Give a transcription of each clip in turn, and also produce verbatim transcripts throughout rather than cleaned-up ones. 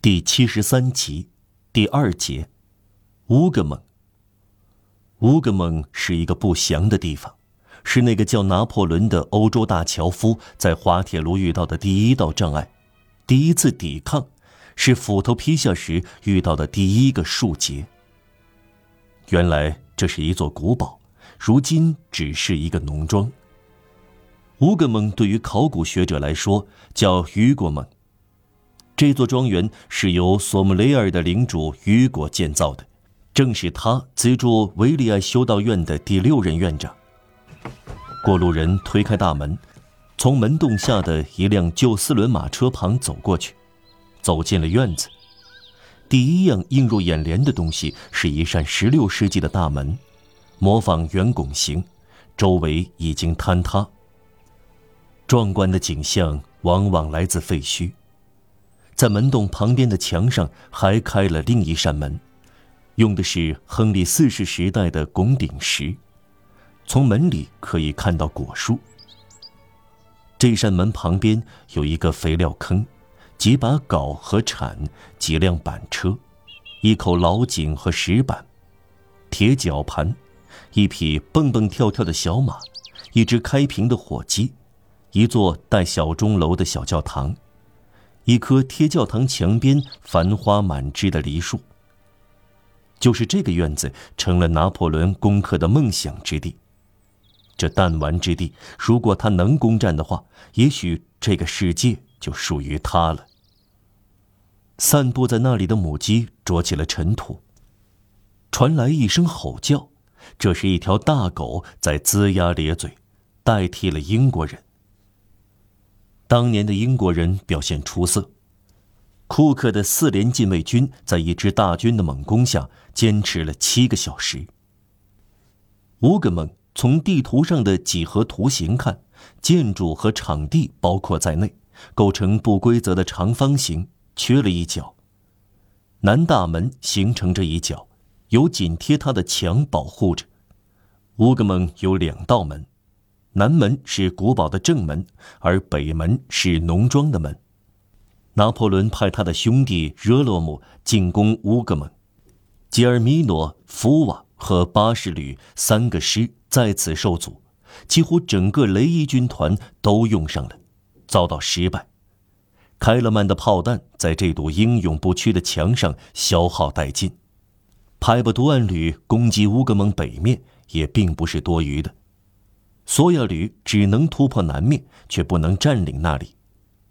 第七十三集，第二节，乌格蒙。乌格蒙是一个不祥的地方，是那个叫拿破仑的欧洲大樵夫在滑铁卢遇到的第一道障碍，第一次抵抗，是斧头劈下时遇到的第一个树节。原来这是一座古堡，如今只是一个农庄。乌格蒙对于考古学者来说叫雨果蒙。这座庄园是由索姆雷尔的领主雨果建造的，正是他资助维利埃修道院的第六任院长。过路人推开大门，从门洞下的一辆旧四轮马车旁走过去，走进了院子。第一样映入眼帘的东西是一扇十六世纪的大门，模仿圆拱形，周围已经坍塌。壮观的景象往往来自废墟。在门洞旁边的墙上还开了另一扇门，用的是亨利四世时代的拱顶石，从门里可以看到果树。这扇门旁边有一个肥料坑，几把镐和铲，几辆板车，一口老井和石板，铁绞盘，一匹蹦蹦跳跳的小马，一只开屏的火鸡，一座带小钟楼的小教堂，一棵贴教堂墙边繁花满枝的梨树。就是这个院子成了拿破仑攻克的梦想之地。这弹丸之地，如果他能攻占的话，也许这个世界就属于他了。散步在那里的母鸡啄起了尘土，传来一声吼叫，这是一条大狗在龇牙咧嘴，代替了英国人。当年的英国人表现出色，库克的四连禁卫军在一支大军的猛攻下坚持了七个小时。乌格蒙从地图上的几何图形看，建筑和场地包括在内，构成不规则的长方形，缺了一角。南大门形成这一角，有紧贴它的墙保护着。乌格蒙有两道门，南门是古堡的正门，而北门是农庄的门。拿破仑派他的兄弟热罗姆进攻乌格蒙，吉尔米诺、福瓦和巴士旅三个师在此受阻，几乎整个雷伊军团都用上了，遭到失败。开勒曼的炮弹在这堵英勇不屈的墙上消耗殆尽。派布多安旅攻击乌格蒙北面也并不是多余的。索亚旅只能突破南面，却不能占领那里。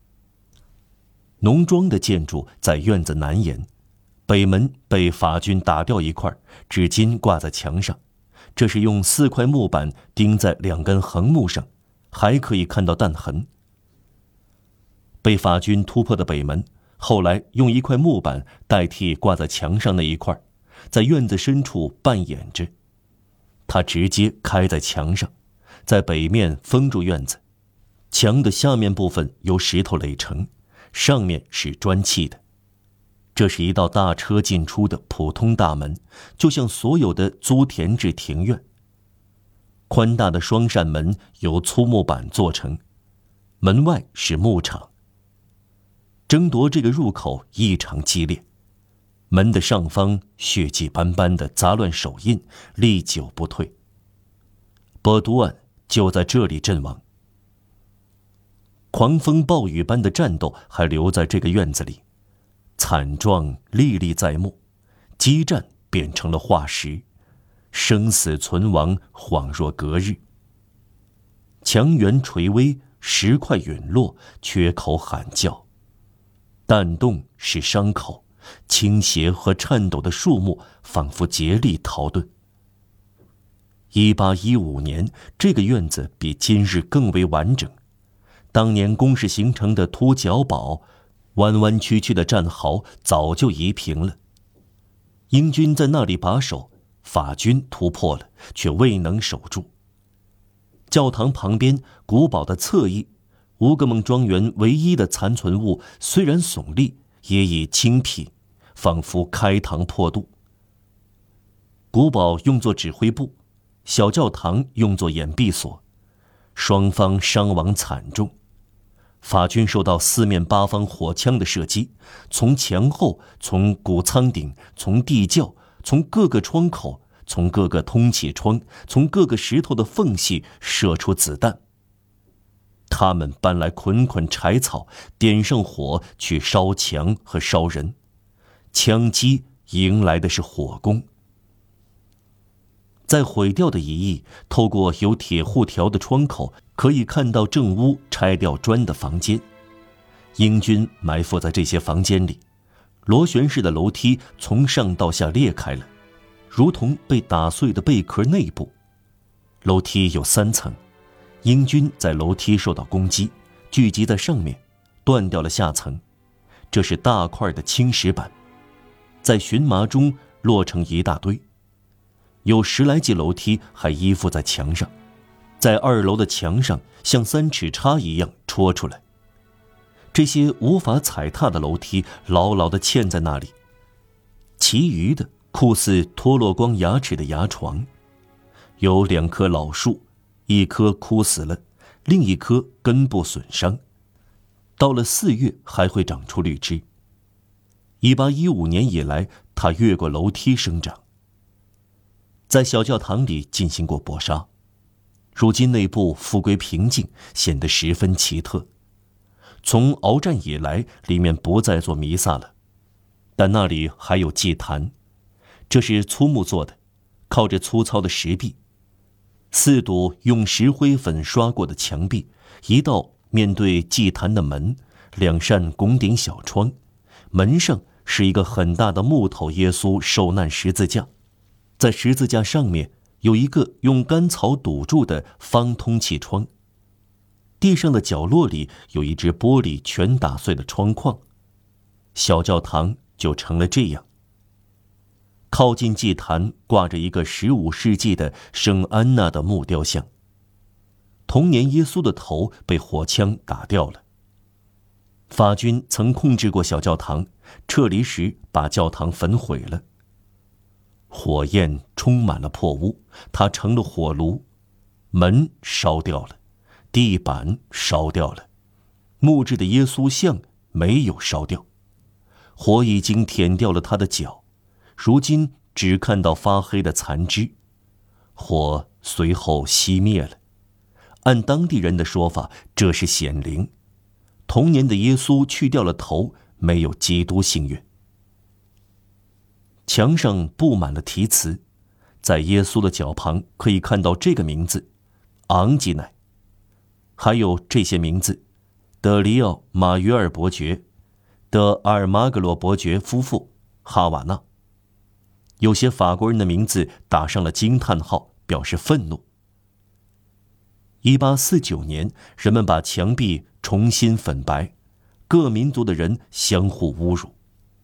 农庄的建筑在院子南沿，北门被法军打掉一块，至今挂在墙上。这是用四块木板钉在两根横木上，还可以看到弹痕。被法军突破的北门，后来用一块木板代替挂在墙上那一块，在院子深处扮演着。它直接开在墙上，在北面封住院子，墙的下面部分由石头垒成，上面是砖砌的。这是一道大车进出的普通大门，就像所有的租田制庭院。宽大的双扇门由粗木板做成，门外是牧场。争夺这个入口异常激烈，门的上方血迹斑斑的杂乱手印历久不退。波都安就在这里阵亡。狂风暴雨般的战斗还留在这个院子里，惨状历历在目，激战变成了化石，生死存亡恍若隔日。墙垣垂危，石块陨落，缺口喊叫。弹洞是伤口，倾斜和颤抖的树木仿佛竭力逃遁。一八一五年，这个院子比今日更为完整。当年工事形成的凸角堡，弯弯曲曲的战壕早就夷平了。英军在那里把守，法军突破了，却未能守住。教堂旁边古堡的侧翼，乌格蒙庄园唯一的残存物虽然耸立，也已倾辟，仿佛开膛破肚。古堡用作指挥部，小教堂用作掩蔽所，双方伤亡惨重。 法军受到四面八方火枪的射击，从墙后，从谷仓顶，从地窖，从各个窗口，从各个通气窗，从各个石头的缝隙射出子弹。他们搬来捆捆柴草，点上火去烧墙和烧人，枪击迎来的是火攻。在毁掉的一翼，透过有铁护条的窗口，可以看到正屋拆掉砖的房间。英军埋伏在这些房间里，螺旋式的楼梯从上到下裂开了，如同被打碎的贝壳内部。楼梯有三层，英军在楼梯受到攻击，聚集在上面，断掉了下层。这是大块的青石板，在荨麻中摞成一大堆。有十来级楼梯还依附在墙上，在二楼的墙上像三尺叉一样戳出来。这些无法踩踏的楼梯牢牢地嵌在那里，其余的酷似脱落光牙齿的牙床。有两棵老树，一棵枯死了，另一棵根部损伤，到了四月还会长出绿枝。一八一五年以来，它越过楼梯生长。在小教堂里进行过搏杀，如今内部复归平静，显得十分奇特。从鏖战以来，里面不再做弥撒了，但那里还有祭坛，这是粗木做的，靠着粗糙的石壁。四堵用石灰粉刷过的墙壁，一道面对祭坛的门，两扇拱顶小窗，门上是一个很大的木头耶稣受难十字架。在十字架上面有一个用干草堵住的方通气窗，地上的角落里有一只玻璃全打碎的窗框。小教堂就成了这样。靠近祭坛挂着一个十五世纪的圣安娜的木雕像，童年耶稣的头被火枪打掉了。法军曾控制过小教堂，撤离时把教堂焚毁了。火焰充满了破屋，它成了火炉，门烧掉了，地板烧掉了，木质的耶稣像没有烧掉，火已经舔掉了他的脚，如今只看到发黑的残肢。火随后熄灭了，按当地人的说法，这是显灵。童年的耶稣去掉了头，没有基督幸运。墙上布满了题词，在耶稣的脚旁可以看到这个名字昂吉乃，还有这些名字：德里奥·马约尔伯爵、德阿尔马格罗伯爵夫妇、哈瓦那。有些法国人的名字打上了惊叹号，表示愤怒。一八四九年，人们把墙壁重新粉白，各民族的人相互侮辱。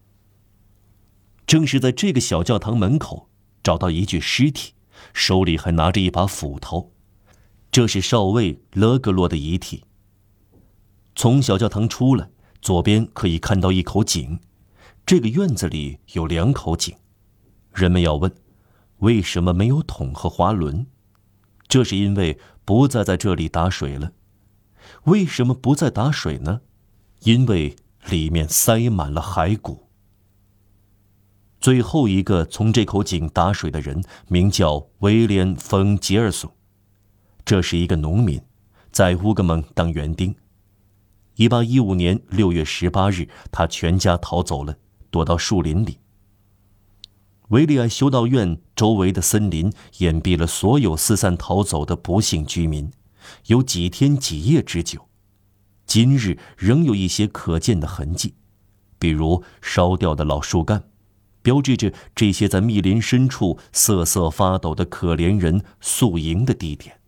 正是在这个小教堂门口找到一具尸体，手里还拿着一把斧头，这是少尉勒格洛的遗体。从小教堂出来，左边可以看到一口井，这个院子里有两口井。人们要问，为什么没有桶和滑轮？这是因为不再在这里打水了。为什么不再打水呢？因为里面塞满了骸骨。最后一个从这口井打水的人名叫威廉·冯·吉尔松，这是一个农民，在乌格蒙当园丁。一八一五年六月十八日，他全家逃走了，躲到树林里。维利埃修道院周围的森林掩蔽了所有四散逃走的不幸居民，有几天几夜之久。今日仍有一些可见的痕迹，比如烧掉的老树干，标志着这些在密林深处瑟瑟发抖的可怜人宿营的地点。